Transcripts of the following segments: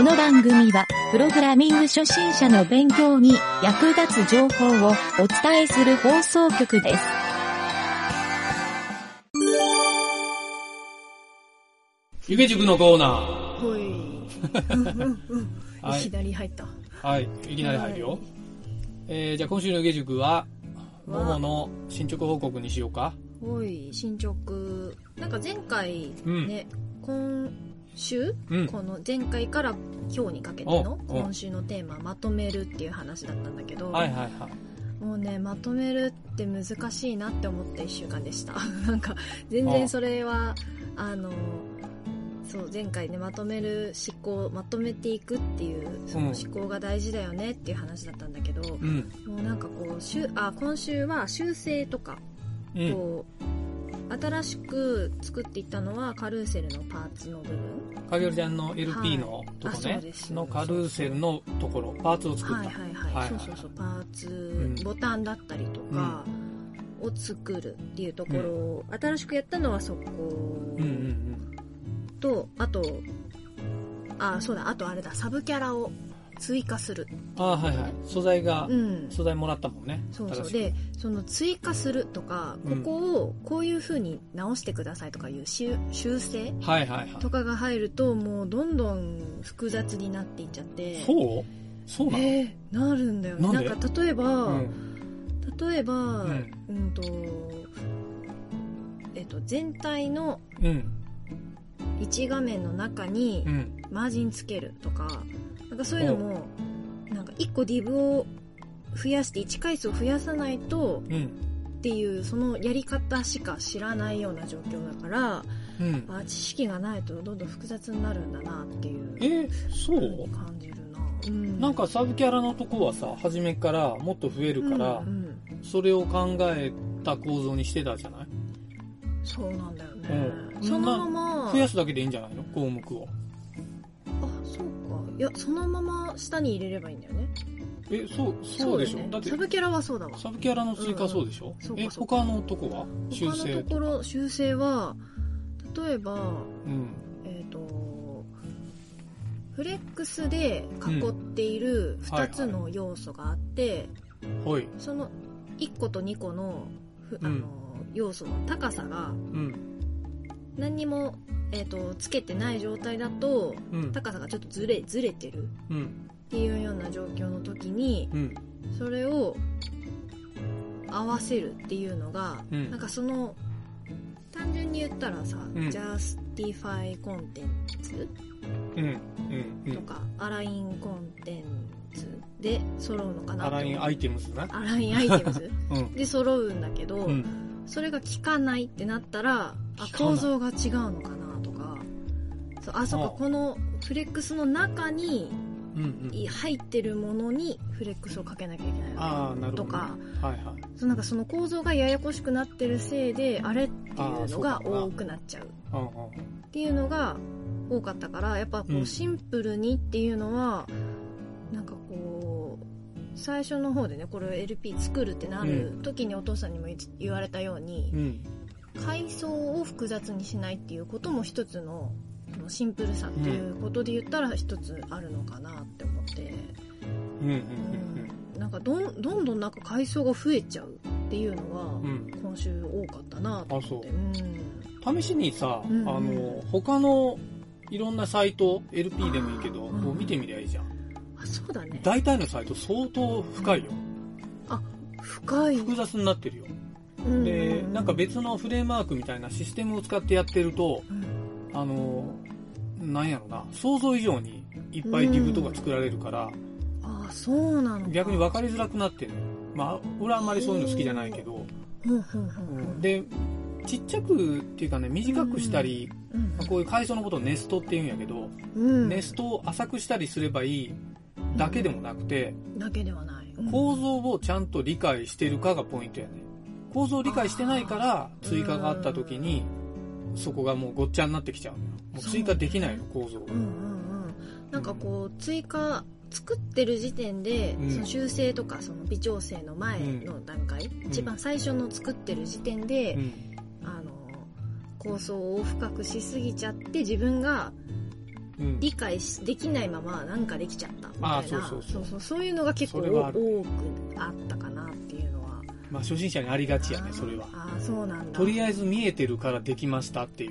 の番組は、プログラミング初心者の勉強に役立つ情報をお伝えする放送局です。 湯気塾のコーナー。 ほい。いきなり入った。 はい、いきなり入るよ。じゃあ今週の湯気塾は、ももの進捗報告にしようか。 ほい、進捗。なんか前回ね、今週、この前回から今日にかけての今週のテーマ、まとめるっていう話だったんだけど、 はいはいはい。 もうね、まとめるって難しいなって思った1週間でした。なんか全然それはそう前回ね、まとめる思考、まとめていくっていうその思考が大事だよねっていう話だったんだけど、もうなんかこう今週は修正とか、こう新しく作っていったのはカルーセルのパーツの部分、 かげるちゃんの LP のとこね、のカルーセルのところパーツを作った。そうパーツ、ボタンだったりとかを作るっていうところを新しくやったのはそこ、と、あとあれだ、サブキャラを追加する。 はいはい。素材もらったもんね。 そうで、その追加するとか、ここをこういう風に直してくださいとかいう修正とかが入ると、もうどんどん複雑になっていっちゃって。 そうなの？ なるんだよね。なんか例えば、全体の1画面の中にマージンつけるとか、なんかそういうのもなんか1個 div を増やして1回数を増やさないとっていう、そのやり方しか知らないような状況だから、知識がないとどんどん複雑になるんだなっていうそう感じるな。 なんかサブキャラのとこはさ、初めからもっと増えるから、それを考えた構造にしてたじゃない？ そうなんだよね。そのまま増やすだけでいいんじゃないの？項目を。 そうか。いや、そのまま下に入れればいいんだよね。 そうでしょ。だってサブキャラはそうだわ。 サブキャラの追加そうでしょ。他のとこは修正？ 他のところ修正は、例えば、フレックスで囲っている2つの要素があって、その1個と2個の要素の高さが、何にも、つけてない状態だと、高さがちょっとずれてるっていうような状況の時に、それを合わせるっていうのが、なんかその単純に言ったらさ、Justify コンテンツとかアラインコンテンツで揃うのかなと。 アラインアイテムズな。 アラインアイテムズで揃うんだけど、それが効かないってなったら、構造が違うのかなとか、そうか、このフレックスの中に入ってるものにフレックスをかけなきゃいけないのとか、なんかその構造がややこしくなってるせいで、あれっていうのが多くなっちゃうっていうのが多かったから、やっぱこうシンプルにっていうのは、なんかこう最初の方でね、これを LP 作るってなる時にお父さんにも言われたように、階層を複雑にしないっていうことも一つのシンプルさっていうことで言ったら一つあるのかなって思って、なんかどんどんなんか階層が増えちゃうっていうのは今週多かったなと思って。 試しにさ、他のいろんなサイト LP でもいいけど、こう見てみりゃいいじゃん。 そうだね。 大体のサイト相当深いよ。 深い。 複雑になってるよ。で、なんか別のフレームワークみたいなシステムを使ってやってると、なんやろな、想像以上にいっぱい div とか作られるから、 そうなの。 逆に分かりづらくなってる。俺はあんまりそういうの好きじゃないけど、で、ちっちゃくっていうかね、短くしたり、こういう階層のことをネストって言うんやけど、ネストを浅くしたりすればいいだけでもなくて、 だけではない。 構造をちゃんと理解してるかがポイントやね。構造を理解してないから追加があった時にそこがもうごっちゃになってきちゃうのよ。もう追加できないの、構造を。 なんかこう追加作ってる時点で、その修正とかその微調整の前の段階、一番最初の作ってる時点で、構想を深くしすぎちゃって自分が理解できないままなんかできちゃったみたいな、そういうのが結構多くあったかなっていうのは。 まあ初心者にありがちやね、それは。 そうなんだ。 とりあえず見えてるからできましたっていう。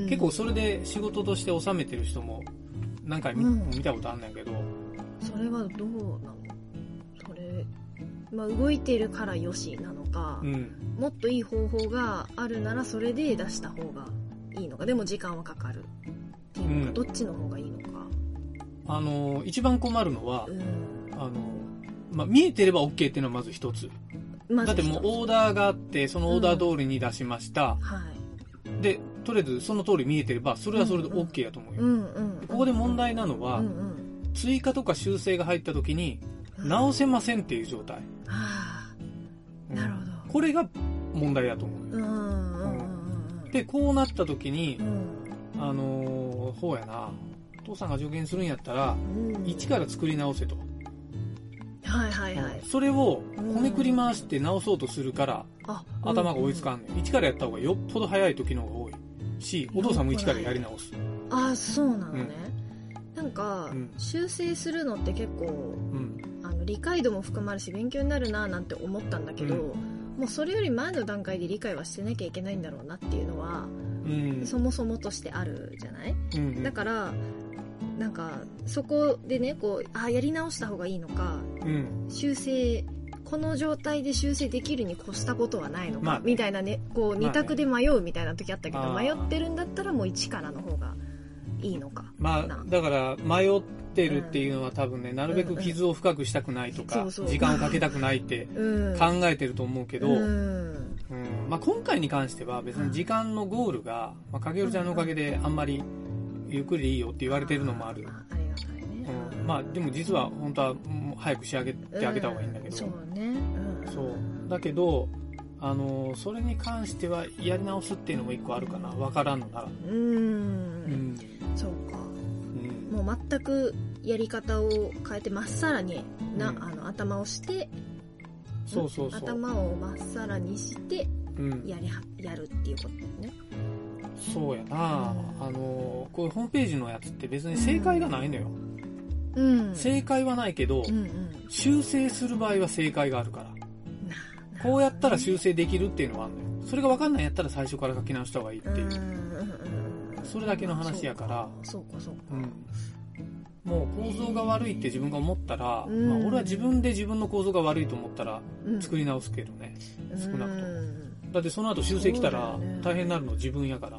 結構それで仕事として収めてる人も何回見たことあんねんけど。 それはどうなの？それ、まあ動いてるからよしなのか、もっといい方法があるならそれで出した方がいいのか、でも時間はかかるっていうのか、どっちの方がいいのか。 一番困るのは、まあ、見えてれば OK っていうのはまず一つ。だってもうオーダーがあって、そのオーダー通りに出しました。で、とりあえずその通り見えてれば、それはそれで OK やと思うよ。ここで問題なのは、追加とか修正が入った時に、直せませんっていう状態。 なるほど。 これが問題だと思う。で、こうなった時に、ほうやな、お父さんが助言するんやったら、一から作り直せと。それをこねくり回して直そうとするから、頭が追いつかんねん。一からやった方がよっぽど早い時の方が多いし、お父さんも一からやり直す。 そうなのね。なんか、修正するのって結構、理解度も含まるし勉強になるななんて思ったんだけど、もうそれより前の段階で理解はしてなきゃいけないんだろうなっていうのは、そもそもとしてあるじゃない？だからなんかそこでね、こうやり直した方がいいのか、修正この状態で修正できるに越したことはないのか、みたいなね、こう二択で迷うみたいな時あったけど、迷ってるんだったらもう一からの方がいいのか。 だから迷ってるっていうのは多分ね、なるべく傷を深くしたくないとか、時間をかけたくないって考えてると思うけど、まあ、今回に関しては別に時間のゴールが、かげるちゃんのおかげであんまりゆっくりでいいよって言われてるのもある。 ありがたいね。 まあでも実は本当は早く仕上げてあげた方がいいんだけど。 そうね。 そうだけどそれに関してはやり直すっていうのも一個あるかな。わからんのなら。 そうか。もう全くやり方を変えてまっさらに頭をして。頭をまっさらにしてやるっていうことだよね。 そうやな、こういうホームページのやつって別に正解がないのよ。正解はないけど、修正する場合は正解があるから。こうやったら修正できるっていうのはあるのよ。それが分かんないんやったら最初から書き直した方がいいっていう。それだけの話やから。もう構造が悪いって自分が思ったら、俺は自分で自分の構造が悪いと思ったら作り直すけどね、少なくとも。だってその後修正来たら大変になるの自分やから、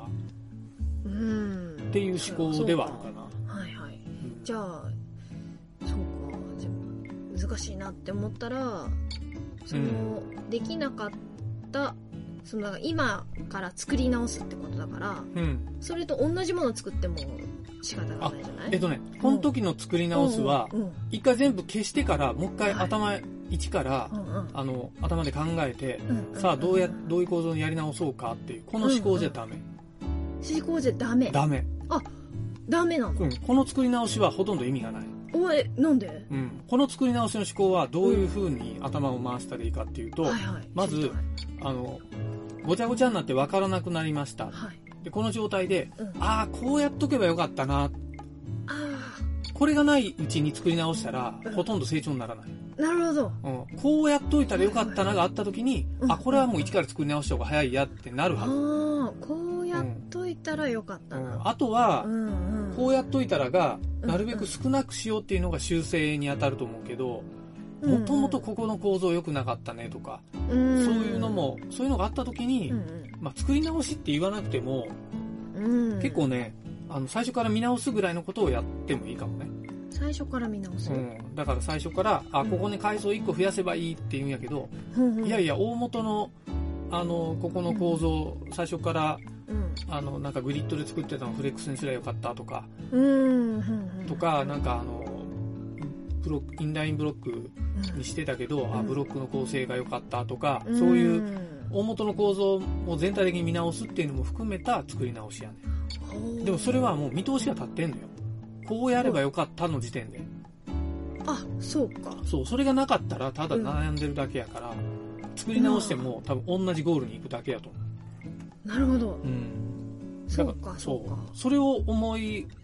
っていう思考ではあるかな。 じゃあそうか、じゃ難しいなって思ったら、できなかった今から作り直すってことだから、それと同じものを作っても仕方がないじゃない？ この時の作り直すは、一回全部消してから、もう一回頭一から、頭で考えて、さあどういう構造にやり直そうかっていう、この思考じゃダメ。 思考じゃダメ？ ダメ。 ダメなの？ この作り直しはほとんど意味がない。 なんで？ この作り直しの思考はどういう風に頭を回したらいいかっていうと、まず、ごちゃごちゃになって分からなくなりました。でこの状態で、こうやっとけばよかったな。これがないうちに作り直したら、ほとんど成長にならない。 なるほど。 こうやっといたらよかったながあった時に、これはもう一から作り直した方が早いやってなるはず。 こうやっといたらよかったな。 あとは、こうやっといたらが、なるべく少なくしようっていうのが修正に当たると思うけど、もともとここの構造良くなかったねとか、そういうのがあった時に、作り直しって言わなくても、結構ね、最初から見直すぐらいのことをやってもいいかもね。 最初から見直す、 だから最初からここに階層1個増やせばいいって言うんやけど、いやいや大元のここの構造、最初から、なんかグリッドで作ってたのフレックスにすればよかったとか、なんかインラインブロックにしてたけど、ブロックの構成が良かったとか、そういう大元の構造を全体的に見直すっていうのも含めた作り直しやね。でもそれはもう見通しが立ってんのよ。こうやればよかったの時点で。 そうか。 そう、それがなかったらただ悩んでるだけやから、作り直しても多分同じゴールに行くだけやと思う。 なるほど。そうか。 それを思い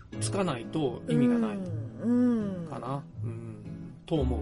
つかないと意味がないかな、と思うわ。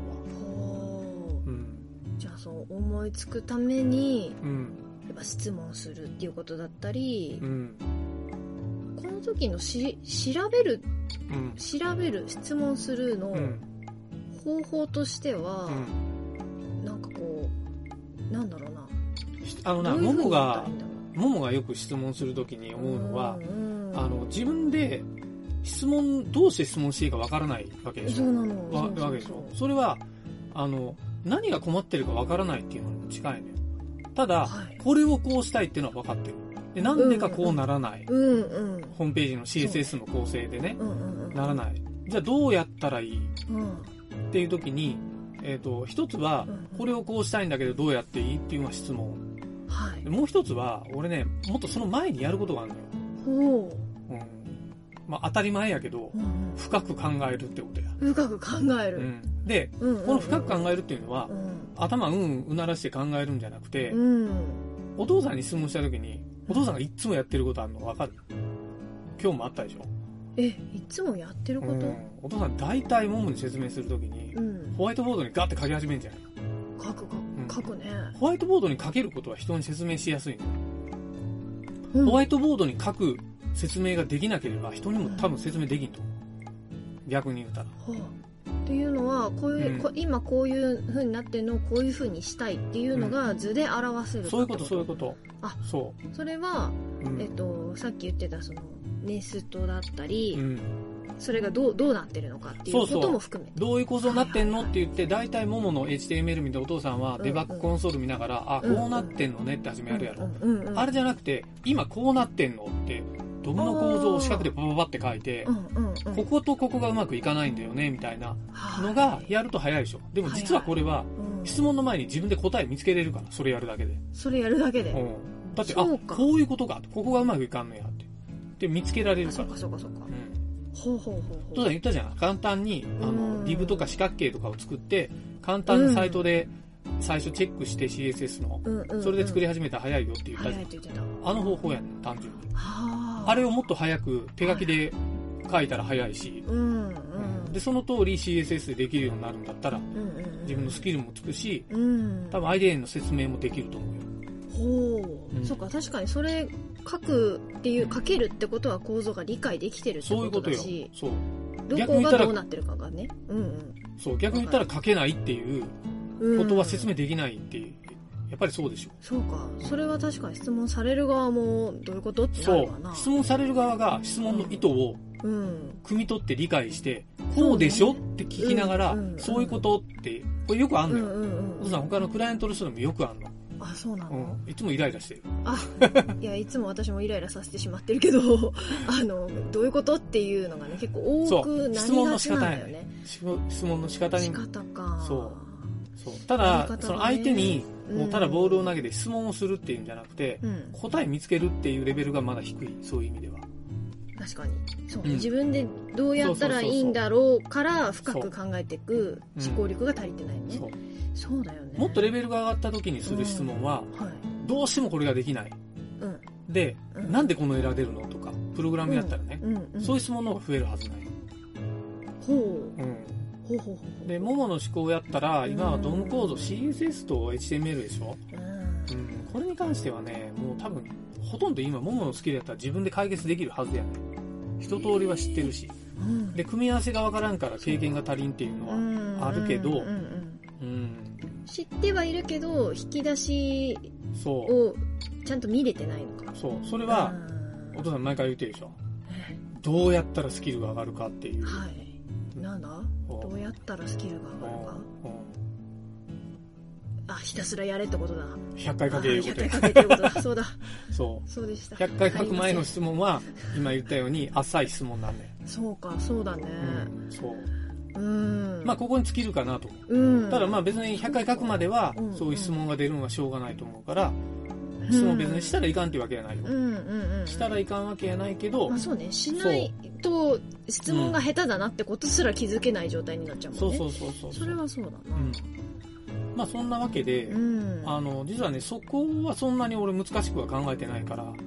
じゃあそう思いつくために、やっぱ質問するっていうことだったり、この時の調べる質問するの方法としては、なんかこうなんだろうな、 ももがよく質問するときに思うのは、自分でどうして質問していいかわからないわけでしょ。わけでしょ。それは何が困ってるかわからないっていうのにも近いのよ。ただ、これをこうしたいっていうのは分かってる。で、なんでかこうならない。ホームページの CSS の構成でね、ならない。じゃあどうやったらいい、っていう時に、一つは、これをこうしたいんだけどどうやっていいっていうのが質問。もう一つは、俺ね、もっとその前にやることがあるのよ。まあ当たり前やけど、深く考えるってことや。 深く考える。 で、この深く考えるっていうのは、頭うならして考えるんじゃなくて、お父さんに質問した時に、お父さんがいつもやってることあるの分かる？今日もあったでしょ？ いつもやってること？ お父さん大体ももに説明する時に、ホワイトボードにガッて書き始めるんじゃない？ 書くね。 ホワイトボードに書けることは人に説明しやすいの。ホワイトボードに書く説明ができなければ人にも多分説明できんと思う。逆に言うたら。 っていうのは今こういう風になってるのをこういう風にしたいっていうのが図で表せるってこと？ そういうこと。 それは、さっき言ってたそのネストだったり、それがどうなってるのかっていうことも含めて、 どういう構造になってんのって言って、大体ももの HTML 見てお父さんはデバッグコンソール見ながら、こうなってんのねって始めやるやろ。あれじゃなくて、今こうなってんのってドムの構造を四角でバババって書いて、こことここがうまくいかないんだよねみたいなのがやると早いでしょ。でも実はこれは質問の前に自分で答え見つけれるから、それやるだけで。だってこういうことか、ここがうまくいかんのやって見つけられるから。 そうか。 父さん言ったじゃん。簡単にリブとか四角形とかを作って簡単にサイトで最初チェックして CSS の、それで作り始めたら早いよって言ったじゃん。あの方法やねん、単純に。あれをもっと早く手書きで書いたら早いし、でその通り CSS でできるようになるんだったら、自分のスキルもつくし、多分アイデアの説明もできると思うよ。 そうか、確かにそれ書くってことは構造が理解できてるってことだし、どこがどうなってるかがね。 逆に言ったら書けないっていうことは説明できないっていう。やっぱりそうでしょ。 そうか。それは確かに質問される側もどういうことってなるわな。 質問される側が質問の意図を汲み取って理解して、こうでしょって聞きながら、そういうことって、これよくあんのよ。お父さん他のクライアントの人でもよくあんの。 そうなの？ いつもイライラしてる。 いや、いつも私もイライラさせてしまってるけど、どういうことっていうのがね、結構多くなりがちなんだよね。 質問の仕方に。 仕方か。 そう。ただ、その相手に、もうただボールを投げて質問をするっていうんじゃなくて、答え見つけるっていうレベルがまだ低い、そういう意味では。 確かに。そうね。自分でどうやったらいいんだろうから深く考えていく思考力が足りてないね。そうだよね。 もっとレベルが上がった時にする質問は、どうしてもこれができない。で、なんでこのエラー出るのとか、プログラムやったらね、そういう質問の方が増えるはずない。で、ももの思考やったら、今はドム構造 CSS と HTML でしょ。これに関してはね、もう多分、ほとんど今、もものスキルやったら自分で解決できるはずやね。一通りは知ってるし。で、組み合わせがわからんから経験が足りんっていうのはあるけど、 知ってはいるけど引き出しをちゃんと見れてないのか。 それはお父さん毎回言ってるでしょ。どうやったらスキルが上がるかっていう。 なんだ？どうやったらスキルが上がるか。ひたすらやれってことだ。 100回かけること 100回かけてることだ。そうだ。 そうでした。 100回書く前の質問は今言ったように浅い質問なんだよ。 そうか、そうだね。 まあここに尽きるかなと思う。ただまあ別に100回書くまではそういう質問が出るのはしょうがないと思うから、質問別にしたらいかんっていうわけじゃないよ。したらいかんわけやないけど、 そうね、しないと質問が下手だなってことすら気づけない状態になっちゃうもんね。それはそうだな。 まあそんなわけで、実はね、そこはそんなに俺難しくは考えてないから、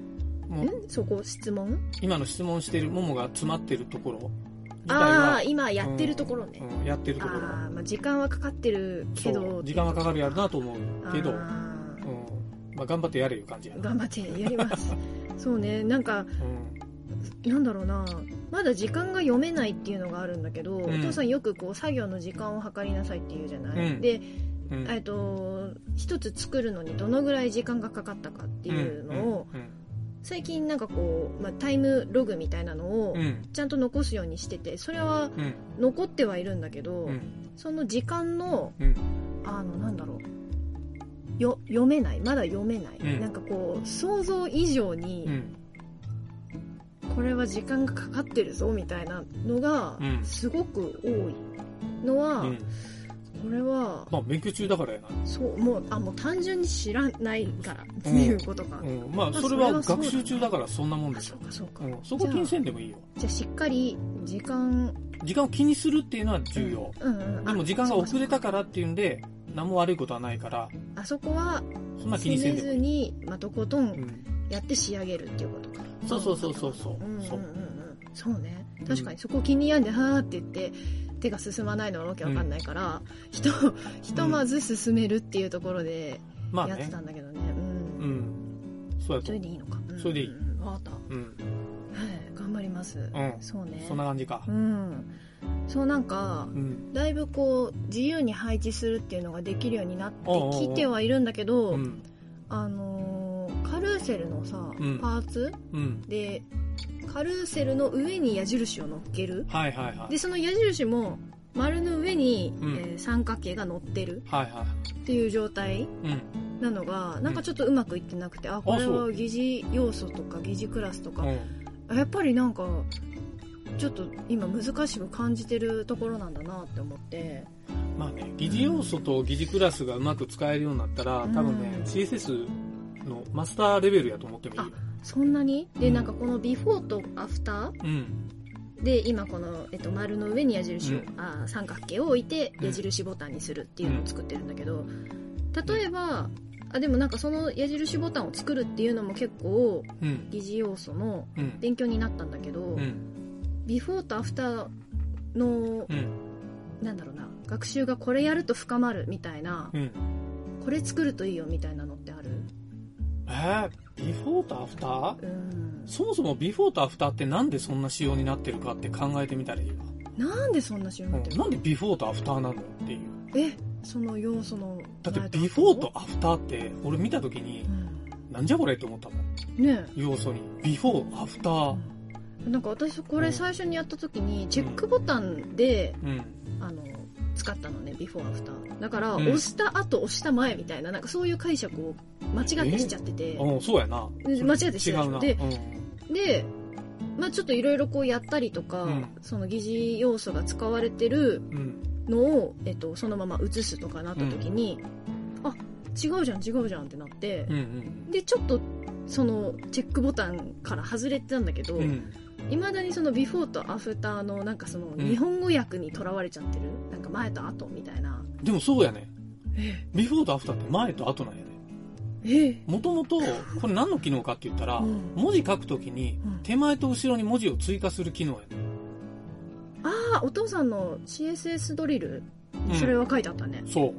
そこ質問？ 今の質問してるももが詰まってるところ自体は今やってるところね、 やってるところ、 まあ、時間はかかってるけど時間はかかるやるなと思うけど、まあ、頑張ってやれいう感じやな。 頑張ってやりますそうね、なんか、なんだろうな、まだ時間が読めないっていうのがあるんだけど、お父さんよくこう作業の時間を計りなさいって言うじゃない、で、一つ作るのにどのぐらい時間がかかったかっていうのを、最近なんかこう、タイムログみたいなのをちゃんと残すようにしてて、それは残ってはいるんだけど、その時間の、なんだろう、読めない、まだ読めない、なんかこう想像以上に、これは時間がかかってるぞみたいなのがすごく多いのは、これはまあ勉強中だからやな。 そうもう単純に知らないからっていうことか。 まあそれは学習中だからそんなもんでしょ。そうか。そこ気にせんでもいいよ。 じゃあしっかり時間を気にするっていうのは重要。でも時間が遅れたからっていうんで何も悪いことはないから。 あそこはそんな気にせんでもいい。 責めずにとことんやって仕上げるっていうことか。 そう。 そうね。確かにそこ気に病んではーって言って手が進まないのはわけわかんないから、ひとまず進めるっていうところでやってたんだけどね。 そうやと。 それでいいのか。 それでいい。 わかった。頑張ります。そうね。 そんな感じか。 そうなんか、だいぶこう自由に配置するっていうのができるようになってきてはいるんだけど、カルーセルのさ、パーツでカルーセルの上に矢印を乗っける、でその矢印も丸の上に、三角形が乗ってるっていう状態なのがなんかちょっとうまくいってなくて、これは疑似要素とか疑似クラスとか、やっぱりなんかちょっと今難しく感じてるところなんだなって思って。 まあね、疑似要素と疑似クラスがうまく使えるようになったら、多分ね CSS のマスターレベルやと思ってもいいよ。 そんなに？で、なんかこのビフォーとアフター、で今この、丸の上に矢印を、三角形を置いて矢印ボタンにするっていうのを作ってるんだけど、例えばでもなんかその矢印ボタンを作るっていうのも結構疑似要素の勉強になったんだけど、ビフォーとアフターの、なんだろうな、学習がこれやると深まるみたいな、これ作るといいよみたいなのってある？ ビフォーとアフター？そもそもビフォーとアフターってなんでそんな仕様になってるかって考えてみたらいいわ。 なんでそんな仕様になってるの？ なんでビフォーとアフターなのっていう。 その要素のだってビフォーとアフターって俺見た時に、なんじゃこれって思ったもんね。要素にビフォーアフター、 なんか私これ最初にやった時にチェックボタンで、使ったのね、ビフォーアフターだから、押した後押した前みたいな、なんかそういう解釈を間違ってしちゃってて、 そうやな、 間違ってしちゃって、で、ちょっといろいろこうやったりとか、その疑似要素が使われてるのを、そのまま移すとかなった時に、違うじゃんってなって、でちょっとそのチェックボタンから外れてたんだけど、未だにそのビフォーとアフターのなんかその日本語訳にとらわれちゃってる、なんか前と後みたいな。 でもそうやね、ビフォーとアフターって前と後なんやね。もともとこれ何の機能かって言ったら、文字書くときに手前と後ろに文字を追加する機能やね。 お父さんの CSS ドリルそれは書いてあったね。 そう。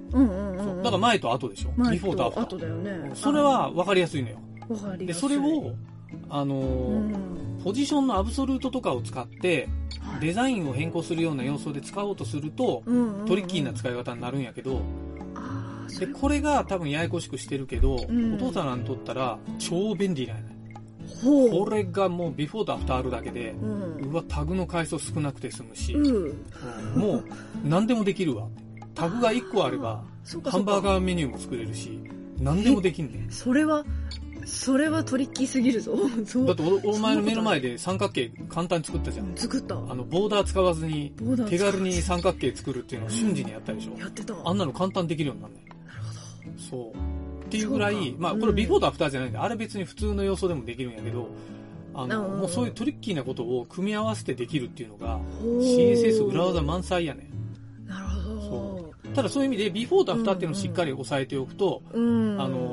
だから前と後でしょ。ビフォーとアフター。後だよね。 それは分かりやすいのよ。でそれをポジションのアブソルートとかを使ってデザインを変更するような要素で使おうとするとトリッキーな使い方になるんやけど、でこれが多分ややこしくしてるけど、お父さんにとったら超便利なんやね。これがもうビフォーとアフターあるだけで、タグの回数少なくて済むし、もう何でもできるわ。タグが1個あればハンバーガーメニューも作れるし、何でもできんねん。それはトリッキーすぎるぞ。 だってお前の目の前で三角形簡単に作ったじゃん。 作った。 ボーダー使わずに手軽に三角形作るっていうのを瞬時にやったでしょ。 やってた。 あんなの簡単にできるようになるね。 なるほど。 そうっていうぐらい、これビフォーとアフターじゃないんで、あれ別に普通の要素でもできるんやけど、もうそういうトリッキーなことを組み合わせてできるっていうのが CSS 裏技満載やね。 なるほど。 ただそういう意味でビフォーとアフターっていうのをしっかり押さえておくと、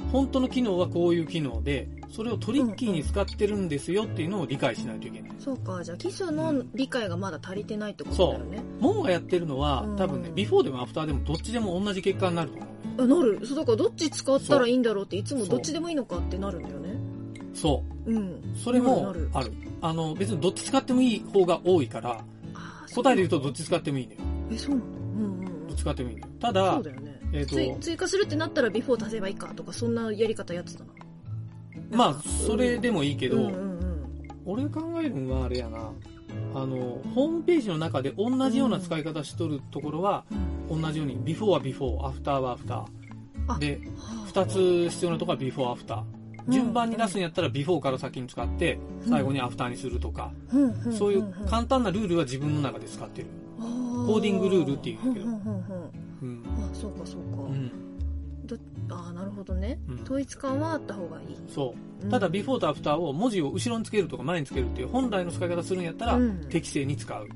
本当の機能はこういう機能で、それをトリッキーに使ってるんですよっていうのを理解しないといけない。 そうか、じゃあ基礎の理解がまだ足りてないってことだよね。 そう。モンがやってるのは、多分ね、ビフォーでもアフターでもどっちでも同じ結果になると思う。 なる。そう、だからどっち使ったらいいんだろうっていつもどっちでもいいのかってなるんだよね。 そう。それもある。別にどっち使ってもいい方が多いから、答えで言うとどっち使ってもいいんだよ。 そうなの？ どっち使ってもいいんだよ。ただ、 そうだよね。追加するってなったらビフォー足せばいいかとか、そんなやり方やってたな。 まあ、それでもいいけど、俺が考えるのはあれやな、ホームページの中で同じような使い方しとるところは、同じように、ビフォーはビフォー、アフターはアフター。で、2つ必要なところはビフォー、アフター。順番に出すんやったらビフォーから先に使って、最後にアフターにするとか、そういう簡単なルールは自分の中で使ってる。コーディングルールっていうんだけど。 そうかそうか。なるほどね。統一感はあった方がいい。 そう。ただ、ビフォーとアフターを文字を後ろにつけるとか前につけるっていう本来の使い方するんやったら、適正に使う。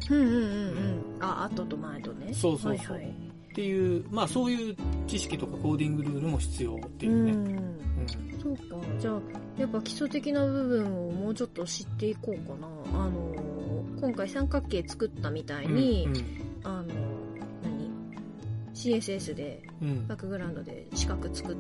後と前とね。 そうそうそう。っていう、まあそういう知識とかコーディングルールも必要っていうね。 そうか。じゃあ、やっぱ基礎的な部分をもうちょっと知っていこうかな。今回三角形作ったみたいに、CSS で、バックグラウンドで四角作って、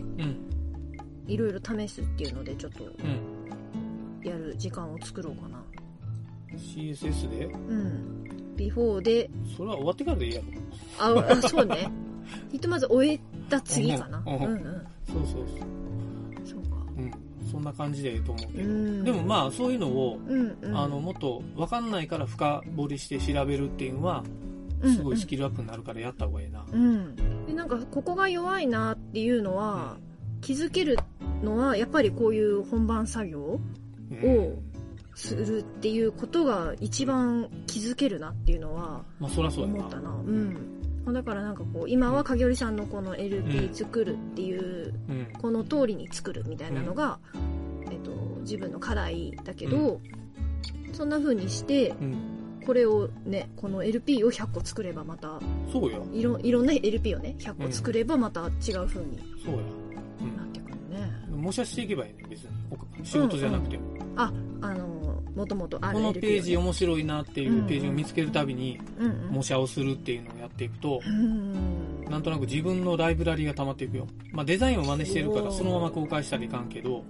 いろいろ試すっていうので、ちょっと、やる時間を作ろうかな。 CSS でビフォーで。 それは終わってからでいいやろ。そうね。ひとまず終えた次かな。そうそうそう。 そうか。そんな感じでいいと思うけど。でもまあ、そういうのを、もっと分かんないから深掘りして調べるっていうのは、すごいスキルアップになるからやった方がいいな。 で、なんか、ここが弱いなっていうのは、気づけるのは、やっぱりこういう本番作業をするっていうことが一番気づけるなっていうのは、思ったな。だからなんかこう、今は影織さんのこの LP 作るっていう、この通りに作るみたいなのが、自分の課題だけど、そんな風にして、これをね、この LP を100個作ればまた、 そうよ。 いろんな LP をね、100個作ればまた違う風になってくるね。 模写していけばいいね、別に。仕事じゃなくても。 もともとある LP このページ面白いなっていうページを見つけるたびに、模写をするっていうのをやっていくと、なんとなく自分のライブラリが溜まっていくよ。まあデザインを真似してるからそのまま公開したらいかんけど、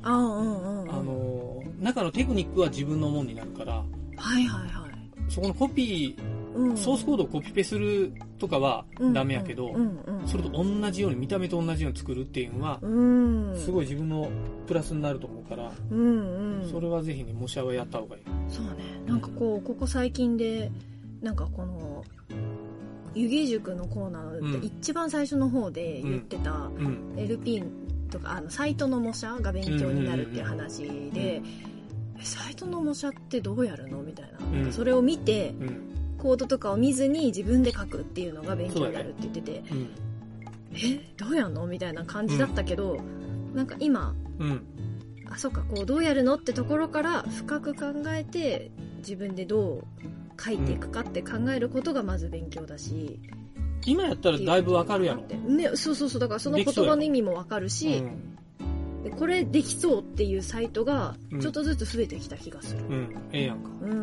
中のテクニックは自分のもんになるから、そこのコピー、ソースコードをコピペするとかはダメやけど、それと同じように、見た目と同じように作るっていうのは、すごい自分のプラスになると思うから、それはぜひね、模写はやった方がいい。 そうね。なんかここ最近で、なんかこの、湯気塾のコーナーで一番最初の方で言ってた、LP とか、サイトの模写が勉強になるっていう話で、サイトの模写ってどうやるのみたいな。それを見て、コードとかを見ずに自分で書くっていうのが勉強になるって言ってて、どうやんのみたいな感じだったけど、なんか今、そうか、こうどうやるのってところから深く考えて、自分でどう書いていくかって考えることがまず勉強だし、 今やったらだいぶわかるやろ。 ね、そう。だからその言葉の意味もわかるし、これできそうっていうサイトがちょっとずつ増えてきた気がする。 ええやんか。 ね、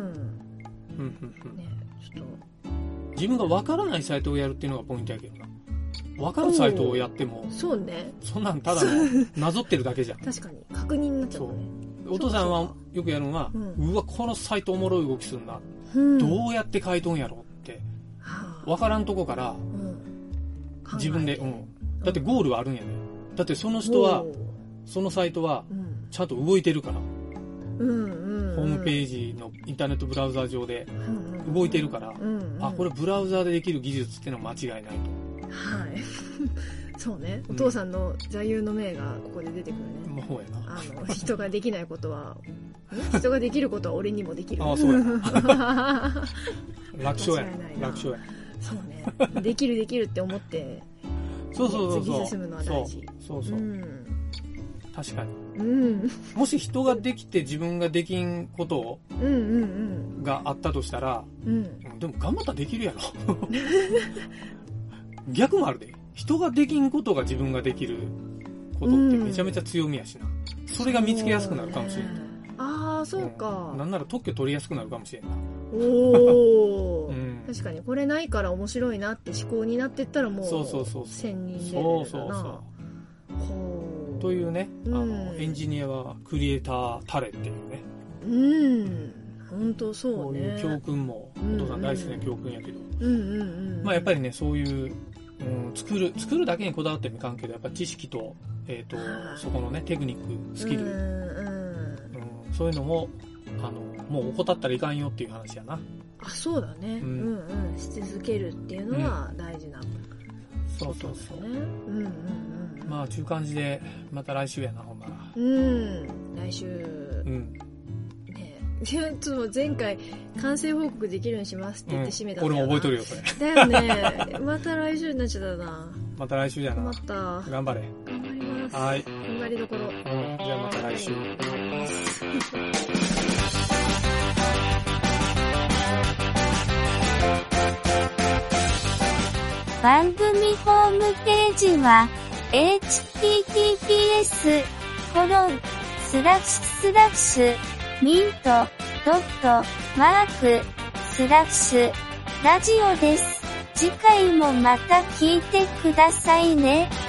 ちょっと自分がわからないサイトをやるっていうのがポイントやけどな。わかるサイトをやっても、 そうね。 そんなんただのなぞってるだけじゃん。 確かに確認になっちゃうね。 お父さんはよくやるのは、うわこのサイトおもろい動きするな。どうやって書いとんやろって、わからんとこから自分で、だってゴールはあるんやね。だってその人は。そのサイトはちゃんと動いてるから、ホームページのインターネットブラウザー上で動いてるから、これブラウザーでできる技術っていうのは間違いないと。 そうね。お父さんの座右の銘がここで出てくるね。 そうやな。人ができないことは、人ができることは俺にもできる。 そうやな。楽勝や。 そうね。できるって思って、 そう次進むのは大事。 そう。確かに。もし人ができて自分ができんことがあったとしたら、でも頑張ったらできるやろ。逆もあるで。人ができんことが自分ができることってめちゃめちゃ強みやしな。それが見つけやすくなるかもしれん。 ああ、そうか。 なんなら特許取りやすくなるかもしれんな。 おー。確かにこれないから面白いなって思考になってったらもう専任レベルだな。 というね、エンジニアはクリエイターたれっていうね。本当そうね。こういう教訓も、お父さん大好きな教訓やけど。まあやっぱりね、そういう、作るだけにこだわってる関係で、やっぱ知識と、そこのね、テクニック、スキル、そういうのも、もう怠ったらいかんよっていう話やな。 あ、そうだね。し続けるっていうのは大事な。 そうそうそう。まあ、ちゅう感じで、また来週やな、ほんなら。 来週。ねちょっと前回、完成報告できるようにしますって言って締めたんだよな。 俺も覚えとるよ、それ。 だよね。また来週になっちゃったな。 また来週やな。 また。 頑張れ。 頑張ります。 はい。 頑張りどころ。 じゃあまた来週。 番組ホームページは https://mint.mark/ラジオです。次回もまた聞いてくださいね。